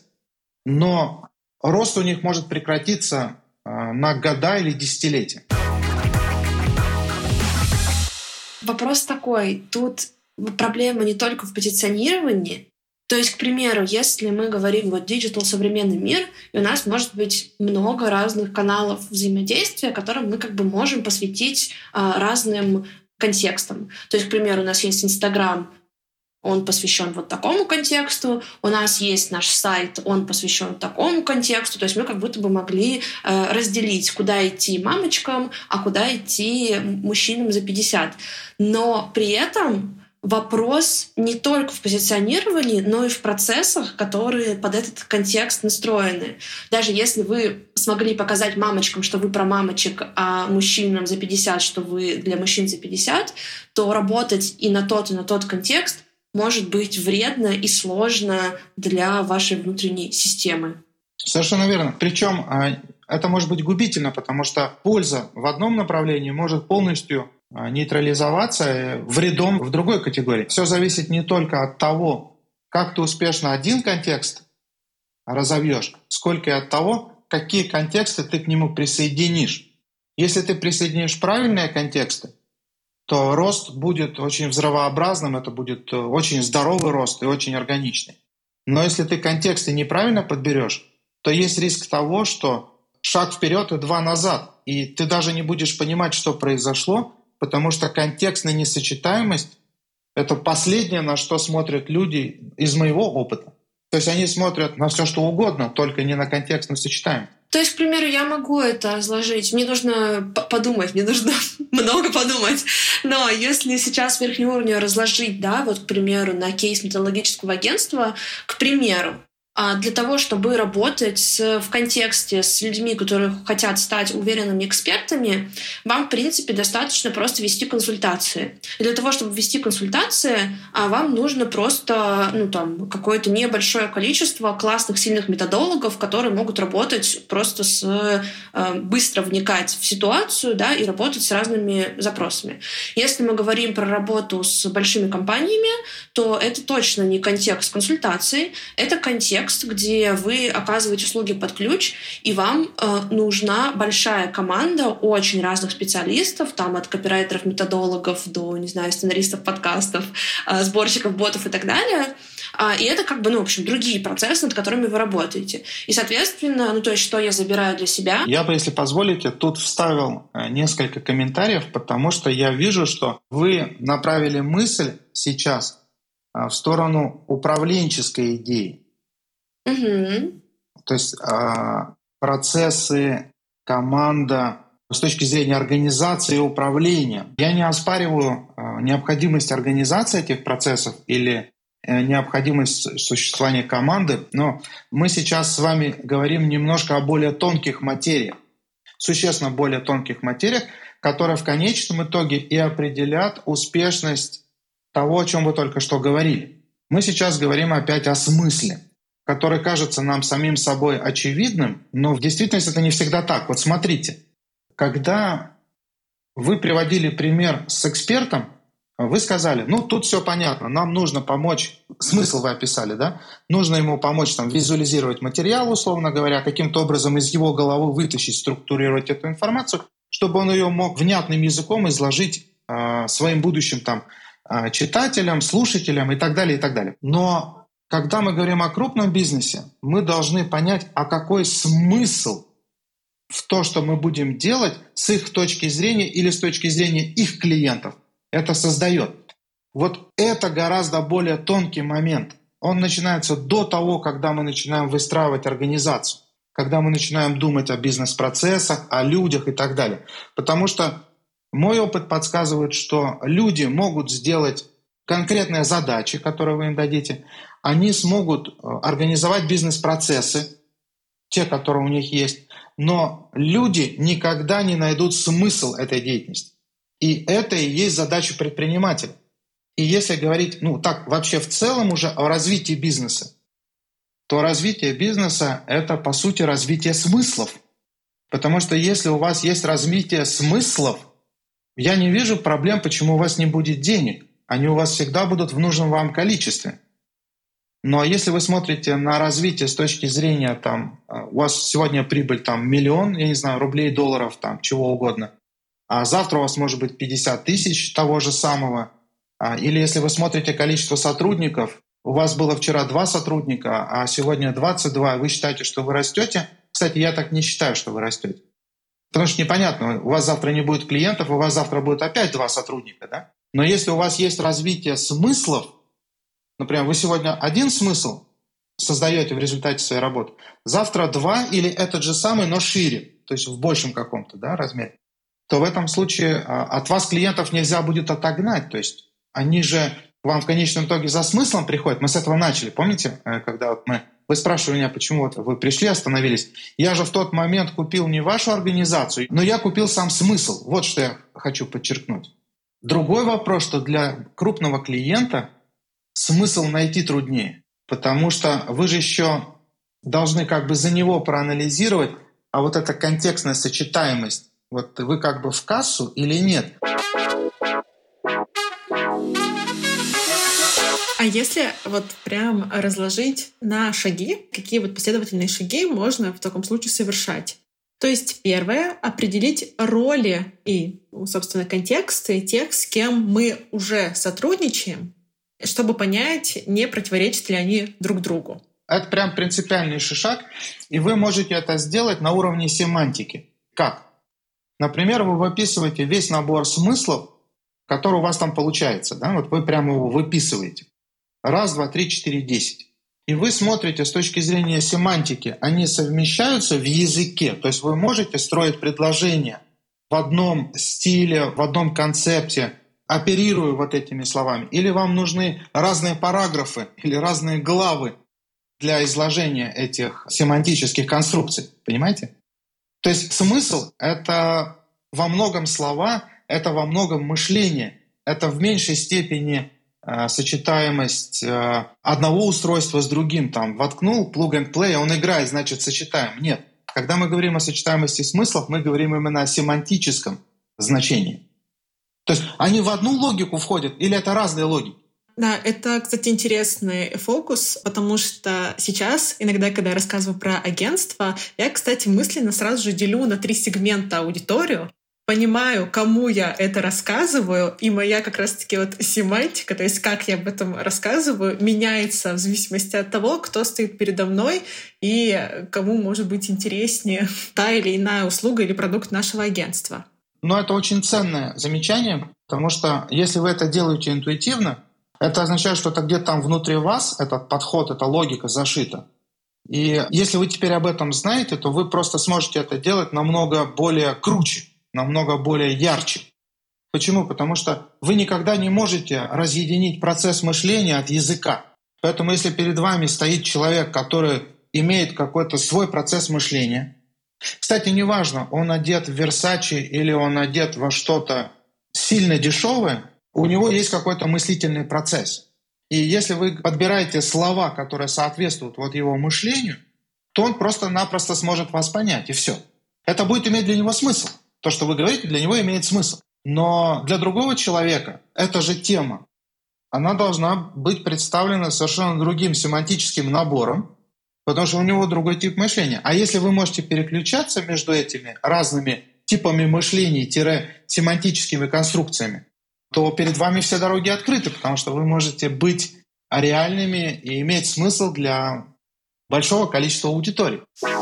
но рост у них может прекратиться э, на года или десятилетия. Вопрос такой, тут проблема не только в позиционировании. То есть, к примеру, если мы говорим вот диджитал современный мир, и у нас может быть много разных каналов взаимодействия, которым мы как бы можем посвятить э, разным контекстам. То есть, к примеру, у нас есть Инстаграм он посвящен вот такому контексту, у нас есть наш сайт, он посвящен такому контексту, то есть мы как будто бы могли э, разделить, куда идти мамочкам, а куда идти мужчинам за пятьдесят. Но при этом вопрос не только в позиционировании, но и в процессах, которые под этот контекст настроены. Даже если вы смогли показать мамочкам, что вы про мамочек, а мужчинам за пятьдесят, что вы для мужчин за пятьдесят, то работать и на тот, и на тот контекст может быть вредно и сложно для вашей внутренней системы. Совершенно верно. Причем это может быть губительно, потому что польза в одном направлении может полностью нейтрализоваться вредом в другой категории. Все зависит не только от того, как ты успешно один контекст разовьешь, сколько и от того, какие контексты ты к нему присоединишь. Если ты присоединишь правильные контексты, то рост будет очень взрывообразным, это будет очень здоровый рост и очень органичный. Но если ты контексты неправильно подберешь, то есть риск того, что шаг вперед и два назад, и ты даже не будешь понимать, что произошло, потому что контекстная несочетаемость — это последнее, на что смотрят люди из моего опыта. То есть они смотрят на все, что угодно, только не на контекстную сочетаемость. То есть, к примеру, я могу это разложить. Мне нужно подумать, мне нужно много подумать. Но если сейчас верхний уровень разложить, да, вот, к примеру, на кейс методологического агентства, к примеру, для того, чтобы работать с, в контексте с людьми, которые хотят стать уверенными экспертами, вам, в принципе, достаточно просто вести консультации. И для того, чтобы вести консультации, вам нужно просто ну, там, какое-то небольшое количество классных, сильных методологов, которые могут работать просто с... быстро вникать в ситуацию, да, и работать с разными запросами. Если мы говорим про работу с большими компаниями, то это точно не контекст консультаций, это контекст, где вы оказываете услуги под ключ, и вам э, нужна большая команда очень разных специалистов, там от копирайтеров, методологов до, не знаю, сценаристов подкастов, э, сборщиков ботов и так далее. А, и это как бы, ну, в общем, другие процессы, над которыми вы работаете. И, соответственно, ну, то есть, что я забираю для себя? Я бы, если позволите, тут вставил несколько комментариев, потому что я вижу, что вы направили мысль сейчас в сторону управленческой идеи. Угу. То есть э, процессы, команда с точки зрения организации и управления. Я не оспариваю э, необходимость организации этих процессов или э, необходимость существования команды, но мы сейчас с вами говорим немножко о более тонких материях, существенно более тонких материях, которые в конечном итоге и определят успешность того, о чем вы только что говорили. Мы сейчас говорим опять о смысле, который кажется нам самим собой очевидным, но в действительности это не всегда так. Вот смотрите, когда вы приводили пример с экспертом, вы сказали, ну тут все понятно, нам нужно помочь, смысл вы описали, да? Нужно ему помочь там, визуализировать материал, условно говоря, каким-то образом из его головы вытащить, структурировать эту информацию, чтобы он ее мог внятным языком изложить э, своим будущим там, э, читателям, слушателям и так далее, и так далее. Но когда мы говорим о крупном бизнесе, мы должны понять, а какой смысл в то, что мы будем делать с их точки зрения или с точки зрения их клиентов, это создает. Вот это гораздо более тонкий момент. Он начинается до того, когда мы начинаем выстраивать организацию, когда мы начинаем думать о бизнес-процессах, о людях и так далее. Потому что мой опыт подсказывает, что люди могут сделать конкретные задачи, которые вы им дадите, они смогут организовать бизнес-процессы, те, которые у них есть, но люди никогда не найдут смысл этой деятельности. И это и есть задача предпринимателя. И если говорить, ну так, вообще в целом уже о развитии бизнеса, то развитие бизнеса — это, по сути, развитие смыслов. Потому что если у вас есть развитие смыслов, я не вижу проблем, почему у вас не будет денег. Они у вас всегда будут в нужном вам количестве. Но если вы смотрите на развитие с точки зрения, там, у вас сегодня прибыль там, миллион, я не знаю, рублей, долларов, там, чего угодно, а завтра у вас может быть пятьдесят тысяч того же самого, или если вы смотрите количество сотрудников, у вас было вчера два сотрудника, а сегодня двадцать два, вы считаете, что вы растете. Кстати, я так не считаю, что вы растете. Потому что непонятно, у вас завтра не будет клиентов, у вас завтра будет опять два сотрудника, да? Но если у вас есть развитие смыслов, Например, вы сегодня один смысл создаете в результате своей работы, завтра два или этот же самый, но шире, то есть в большем каком-то, да, размере, то в этом случае от вас клиентов нельзя будет отогнать. То есть они же к вам в конечном итоге за смыслом приходят. Мы с этого начали, помните, когда вот мы... Вы спрашивали меня, почему вот вы пришли, остановились. Я же в тот момент купил не вашу организацию, но я купил сам смысл. Вот что я хочу подчеркнуть. Другой вопрос, что для крупного клиента смысл найти труднее, потому что вы же еще должны как бы за него проанализировать, а вот эта контекстная сочетаемость, вот вы как бы в кассу или нет. А если вот прям разложить на шаги, какие вот последовательные шаги можно в таком случае совершать? То есть первое — определить роли и, собственно, контексты тех, с кем мы уже сотрудничаем, чтобы понять, не противоречат ли они друг другу. Это прям принципиальнейший шаг, и вы можете это сделать на уровне семантики. Как? Например, вы выписываете весь набор смыслов, который у вас там получается. Да? Вот вы прямо его выписываете. Раз, два, три, четыре, десять. И вы смотрите с точки зрения семантики, они совмещаются в языке. То есть вы можете строить предложения в одном стиле, в одном концепте, оперируя вот этими словами. Или вам нужны разные параграфы или разные главы для изложения этих семантических конструкций. Понимаете? То есть смысл — это во многом слова, это во многом мышление, это в меньшей степени э, сочетаемость э, одного устройства с другим. Там воткнул plug and play, он играет, значит сочетаем. Нет. Когда мы говорим о сочетаемости смыслов, мы говорим именно о семантическом значении. То есть они в одну логику входят или это разные логики? Да, это, кстати, интересный фокус, потому что сейчас, иногда, когда я рассказываю про агентство, я, кстати, мысленно сразу же делю на три сегмента аудиторию, понимаю, кому я это рассказываю, и моя как раз-таки вот семантика, то есть как я об этом рассказываю, меняется в зависимости от того, кто стоит передо мной и кому может быть интереснее та или иная услуга или продукт нашего агентства. Но это очень ценное замечание, потому что если вы это делаете интуитивно, это означает, что это где-то там внутри вас, этот подход, эта логика зашита. И если вы теперь об этом знаете, то вы просто сможете это делать намного более круче, намного более ярче. Почему? Потому что вы никогда не можете разъединить процесс мышления от языка. Поэтому если перед вами стоит человек, который имеет какой-то свой процесс мышления, кстати, неважно, он одет в Versace или он одет во что-то сильно дешевое, у него есть какой-то мыслительный процесс. И если вы подбираете слова, которые соответствуют вот его мышлению, то он просто-напросто сможет вас понять, и все. Это будет иметь для него смысл. То, что вы говорите, для него имеет смысл. Но для другого человека эта же тема, она должна быть представлена совершенно другим семантическим набором, потому что у него другой тип мышления. А если вы можете переключаться между этими разными типами мышлений-семантическими конструкциями, то перед вами все дороги открыты, потому что вы можете быть реальными и иметь смысл для большого количества аудиторий.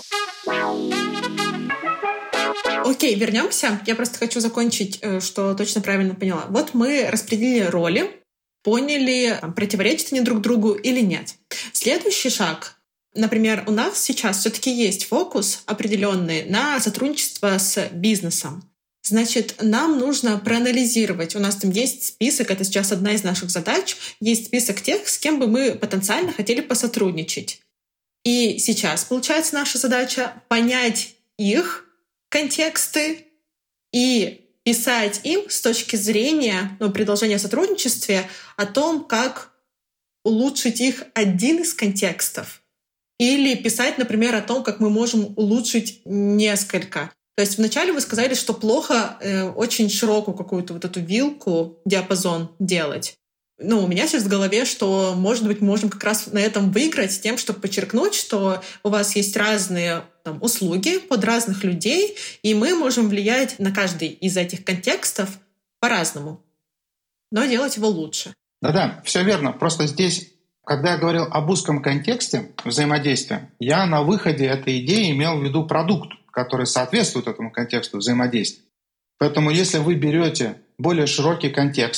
Окей, вернемся. Я просто хочу закончить, что точно правильно поняла. Вот мы распределили роли, поняли, противоречат они друг другу или нет. Следующий шаг. Например, у нас сейчас все-таки есть фокус определенный на сотрудничество с бизнесом. Значит, нам нужно проанализировать. У нас там есть список, это сейчас одна из наших задач, есть список тех, с кем бы мы потенциально хотели посотрудничать. И сейчас, получается, наша задача понять их контексты и писать им с точки зрения ну, предложения о сотрудничестве о том, как улучшить их один из контекстов. Или писать, например, о том, как мы можем улучшить несколько. То есть вначале вы сказали, что плохо э, очень широкую какую-то вот эту вилку, диапазон делать. Ну, у меня сейчас в голове, что, может быть, мы можем как раз на этом выиграть тем, чтобы подчеркнуть, что у вас есть разные там, услуги под разных людей, и мы можем влиять на каждый из этих контекстов по-разному, но делать его лучше. Да-да, все верно. Просто здесь, когда я говорил об узком контексте взаимодействия, я на выходе этой идеи имел в виду продукт, который соответствует этому контексту взаимодействия. Поэтому если вы берете более широкий контекст,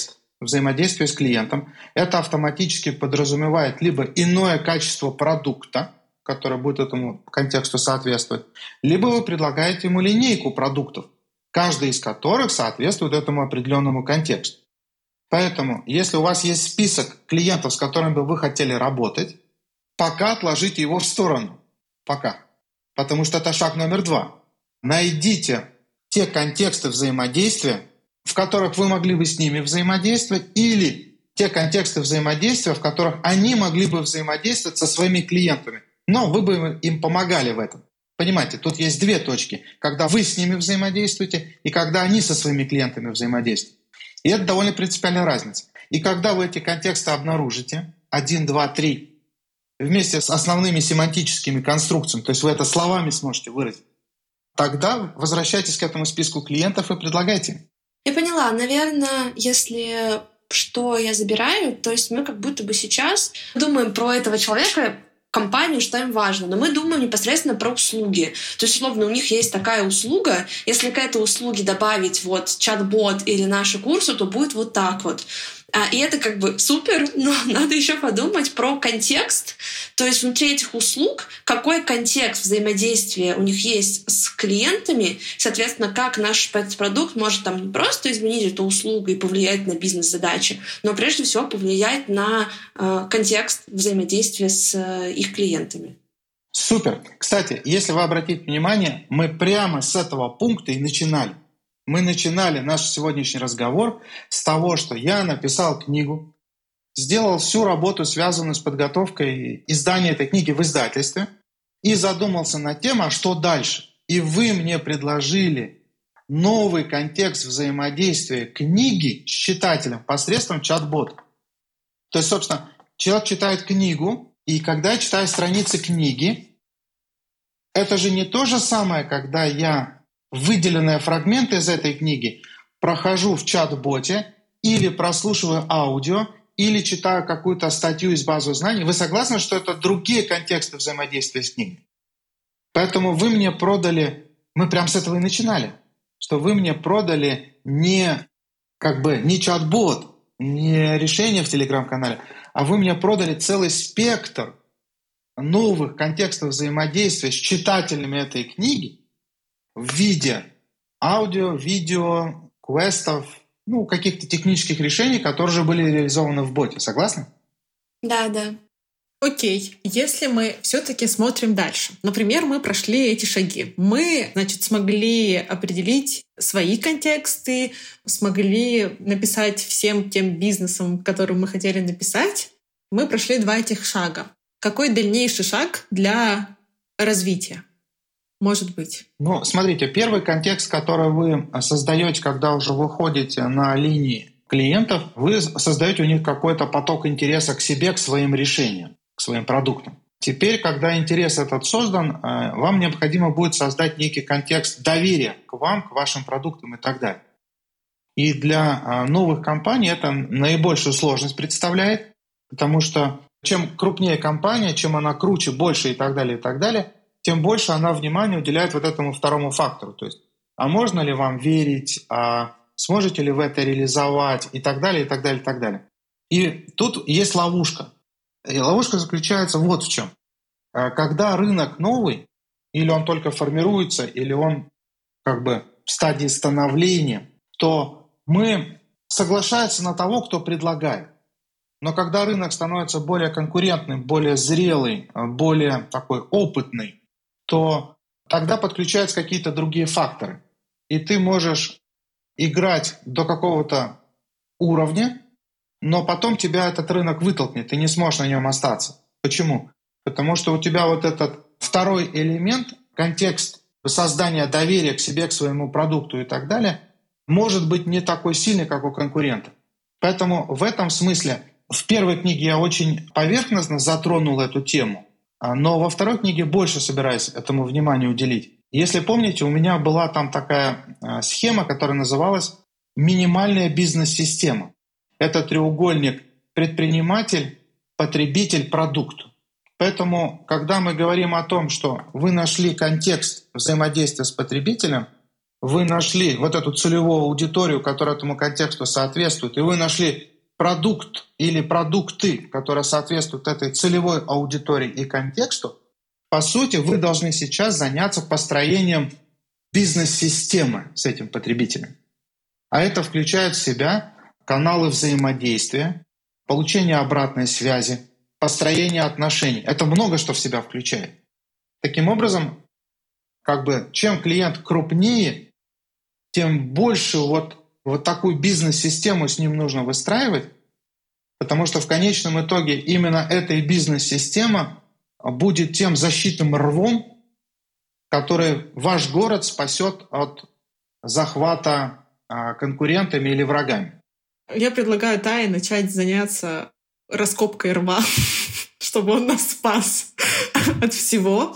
взаимодействия с клиентом. Это автоматически подразумевает либо иное качество продукта, которое будет этому контексту соответствовать, либо вы предлагаете ему линейку продуктов, каждый из которых соответствует этому определенному контексту. Поэтому, если у вас есть список клиентов, с которыми бы вы хотели работать, пока отложите его в сторону. Пока. Потому что это шаг номер два. Найдите те контексты взаимодействия, в которых вы могли бы с ними взаимодействовать, или те контексты взаимодействия, в которых они могли бы взаимодействовать со своими клиентами. Но вы бы им помогали в этом. Понимаете, тут есть две точки. Когда вы с ними взаимодействуете, и когда они со своими клиентами взаимодействуют. И это довольно принципиальная разница. И когда вы эти контексты обнаружите, один, два, три, вместе с основными семантическими конструкциями, то есть вы это словами сможете выразить, тогда возвращайтесь к этому списку клиентов и предлагайте. Я поняла. Наверное, если что я забираю, то есть мы как будто бы сейчас думаем про этого человека, компанию, что им важно, но мы думаем непосредственно про услуги. То есть, условно, у них есть такая услуга, если к этой услуге добавить вот чат-бот или наши курсы, то будет вот так вот. И это как бы супер, но надо еще подумать про контекст. То есть внутри этих услуг, какой контекст взаимодействия у них есть с клиентами, соответственно, как наш продукт может там не просто изменить эту услугу и повлиять на бизнес-задачи, но прежде всего повлиять на э, контекст взаимодействия с э, их клиентами. Супер. Кстати, если вы обратите внимание, мы прямо с этого пункта и начинали. Мы начинали наш сегодняшний разговор с того, что я написал книгу, сделал всю работу, связанную с подготовкой издания этой книги в издательстве, и задумался над тем, а что дальше. И вы мне предложили новый контекст взаимодействия книги с читателем посредством чат-бота. То есть, собственно, человек читает книгу, и когда я читаю страницы книги, это же не то же самое, когда я выделенные фрагменты из этой книги прохожу в чат-боте или прослушиваю аудио, или читаю какую-то статью из базы знаний. Вы согласны, что это другие контексты взаимодействия с книгой? Поэтому вы мне продали, мы прям с этого и начинали, что вы мне продали не, как бы, не чат-бот, не решение в Телеграм-канале, а вы мне продали целый спектр новых контекстов взаимодействия с читателями этой книги, в виде аудио, видео, квестов, ну, каких-то технических решений, которые уже были реализованы в боте. Согласны? Да, да. Окей, если мы все-таки смотрим дальше. Например, мы прошли эти шаги. Мы, значит, смогли определить свои контексты, смогли написать всем тем бизнесам, которые мы хотели написать. Мы прошли два этих шага. Какой дальнейший шаг для развития? Может быть. Ну, смотрите, первый контекст, который вы создаете, когда уже выходите на линии клиентов, вы создаете у них какой-то поток интереса к себе, к своим решениям, к своим продуктам. Теперь, когда интерес этот создан, вам необходимо будет создать некий контекст доверия к вам, к вашим продуктам и так далее. И для новых компаний это наибольшую сложность представляет, потому что чем крупнее компания, чем она круче, больше и так далее, и так далее, тем больше она внимания уделяет вот этому второму фактору. То есть, а можно ли вам верить, а сможете ли вы это реализовать и так далее, и так далее, и так далее. И тут есть ловушка. И ловушка заключается вот в чем. Когда рынок новый, или он только формируется, или он как бы в стадии становления, то мы соглашаемся на того, кто предлагает. Но когда рынок становится более конкурентным, более зрелый, более такой опытный, то тогда подключаются какие-то другие факторы. И ты можешь играть до какого-то уровня, но потом тебя этот рынок вытолкнет, ты не сможешь на нем остаться. Почему? Потому что у тебя вот этот второй элемент, контекст создания доверия к себе, к своему продукту и так далее, может быть не такой сильный, как у конкурента. Поэтому в этом смысле в первой книге я очень поверхностно затронул эту тему, но во второй книге больше собираюсь этому внимание уделить. Если помните, у меня была там такая схема, которая называлась «Минимальная бизнес-система». Это треугольник предприниматель, потребитель, продукт. Поэтому, когда мы говорим о том, что вы нашли контекст взаимодействия с потребителем, вы нашли вот эту целевую аудиторию, которая этому контексту соответствует, и вы нашли продукт или продукты, которые соответствуют этой целевой аудитории и контексту, по сути, вы должны сейчас заняться построением бизнес-системы с этим потребителем. А это включает в себя каналы взаимодействия, получение обратной связи, построение отношений. Это много что в себя включает. Таким образом, как бы, чем клиент крупнее, тем больше вот, вот такую бизнес-систему с ним нужно выстраивать, потому что в конечном итоге именно эта бизнес-система будет тем защитным рвом, который ваш город спасет от захвата а, конкурентами или врагами. Я предлагаю Тае начать заняться раскопкой рва, чтобы он нас спас от всего.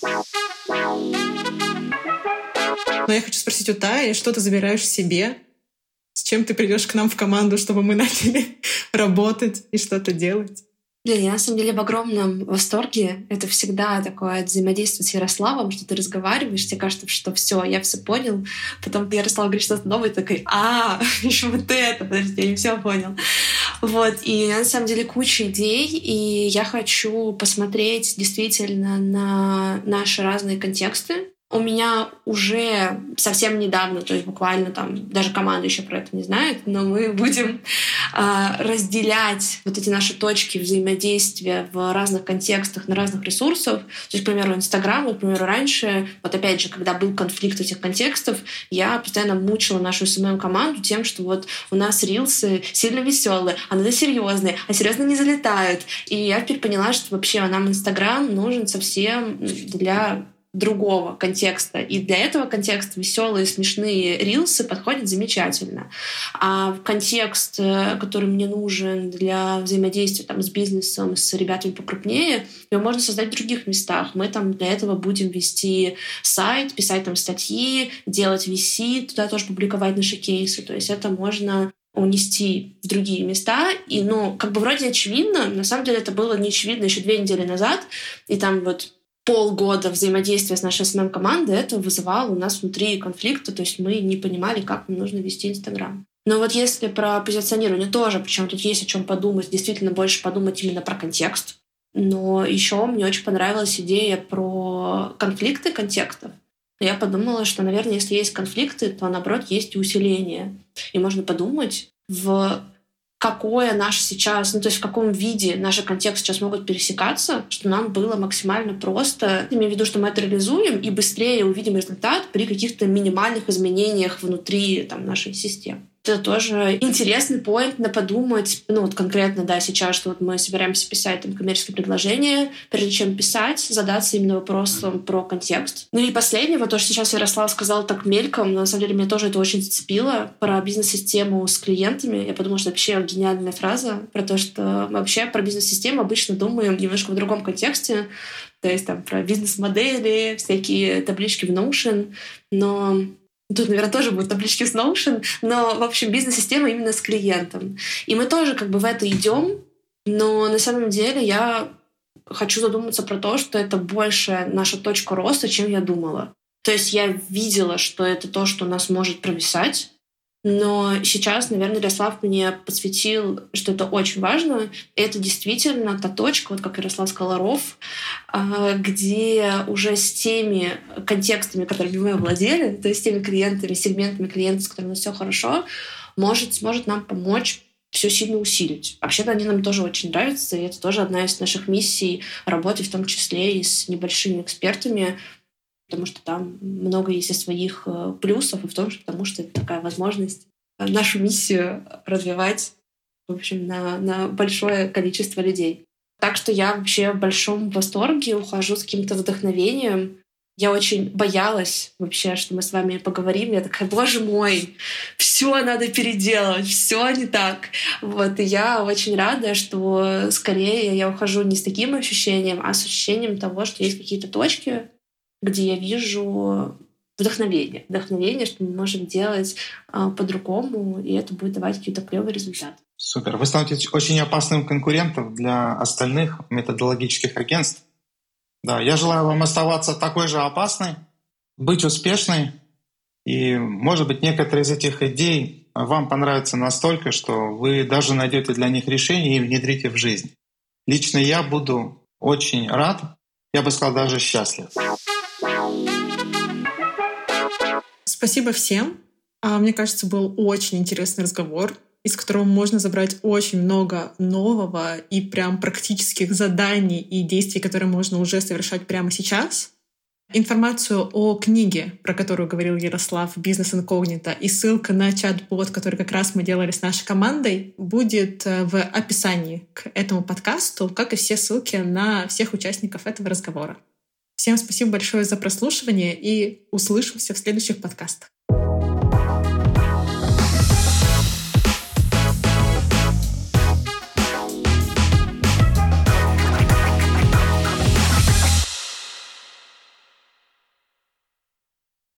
Но я хочу спросить у Таи, что ты забираешь себе, с чем ты придешь к нам в команду, чтобы мы начали работать и что-то делать? Блин, я на самом деле в огромном восторге. Это всегда такое взаимодействие с Ярославом, что ты разговариваешь, тебе кажется, что все, я все понял. Потом Ярослав говорит что-то новое, и такой, а, еще вот это, подожди, я не все понял. Вот, и на самом деле куча идей, и я хочу посмотреть действительно на наши разные контексты. У меня уже совсем недавно, то есть буквально там, даже команда еще про это не знает, но мы будем э, разделять вот эти наши точки взаимодействия в разных контекстах, на разных ресурсах. То есть, к примеру, Инстаграм, к примеру, раньше, вот опять же, когда был конфликт этих контекстов, я постоянно мучила нашу эс эм эм-команду тем, что вот у нас рилсы сильно веселые, а надо серьезные, а серьезно не залетают. И я теперь поняла, что вообще нам Инстаграм нужен совсем для другого контекста. И для этого контекста веселые, смешные рилсы подходят замечательно. А контекст, который мне нужен для взаимодействия там, с бизнесом, с ребятами покрупнее, его можно создать в других местах. Мы там для этого будем вести сайт, писать там статьи, делать ви си, туда тоже публиковать наши кейсы. То есть это можно унести в другие места. И, ну, как бы вроде очевидно, на самом деле это было не очевидно еще две недели назад, и там вот полгода взаимодействия с нашей эс эм эм-командой это вызывало у нас внутри конфликта, то есть мы не понимали, как нам нужно вести Инстаграм. Но вот если про позиционирование тоже, причем тут есть о чем подумать, действительно больше подумать именно про контекст. Но еще мне очень понравилась идея про конфликты контекстов. Я подумала, что, наверное, если есть конфликты, то, наоборот, есть и усиление. И можно подумать, в какое наше сейчас, ну то есть в каком виде наши контексты сейчас могут пересекаться, что нам было максимально просто. Имею в виду, что мы это реализуем и быстрее увидим результат при каких-то минимальных изменениях внутри там, нашей системы. Это тоже интересный поинт на подумать. Ну вот конкретно, да, сейчас, что вот мы собираемся писать там коммерческие предложения, прежде чем писать, задаться именно вопросом про контекст. Ну и последнее, вот то, что сейчас Ярослав сказал так мельком, но на самом деле меня тоже это очень зацепило, про бизнес-систему с клиентами. Я подумала, что вообще гениальная фраза про то, что мы вообще про бизнес-систему обычно думаем немножко в другом контексте, то есть там про бизнес-модели, всякие таблички в Notion, но тут, наверное, тоже будут таблички с Notion, но, в общем, бизнес-система именно с клиентом. И мы тоже как бы в это идем, но на самом деле я хочу задуматься про то, что это больше наша точка роста, чем я думала. То есть я видела, что это то, что нас может провисать, но сейчас, наверное, Ярослав мне подсветил, что это очень важно. И это действительно та точка, вот как Ярослав сказал, ров, где уже с теми контекстами, которыми мы владели, то есть с теми клиентами, сегментами клиентов, с которыми у нас все хорошо, может, сможет нам помочь все сильно усилить. Вообще-то они нам тоже очень нравятся, и это тоже одна из наших миссий работы, в том числе и с небольшими экспертами, потому что там много есть и своих плюсов, и в том, потому что это такая возможность нашу миссию развивать, в общем, на, на большое количество людей. Так что я вообще в большом восторге, ухожу с каким-то вдохновением. Я очень боялась вообще, что мы с вами поговорим. Я такая, боже мой, все надо переделывать, все не так. Вот, и я очень рада, что скорее я ухожу не с таким ощущением, а с ощущением того, что есть какие-то точки, где я вижу вдохновение. Вдохновение, что мы можем делать а, по-другому, и это будет давать какие-то клевые результаты. Супер. Вы становитесь очень опасным конкурентом для остальных методологических агентств. Да, я желаю вам оставаться такой же опасной, быть успешной, и, может быть, некоторые из этих идей вам понравятся настолько, что вы даже найдете для них решение и внедрите в жизнь. Лично я буду очень рад, я бы сказал, даже счастлив. Спасибо всем. Мне кажется, был очень интересный разговор, из которого можно забрать очень много нового и прям практических заданий и действий, которые можно уже совершать прямо сейчас. Информацию о книге, про которую говорил Ярослав, «Бизнес инкогнито», и ссылка на чат-бот, который как раз мы делали с нашей командой, будет в описании к этому подкасту, как и все ссылки на всех участников этого разговора. Всем спасибо большое за прослушивание и услышимся в следующих подкастах.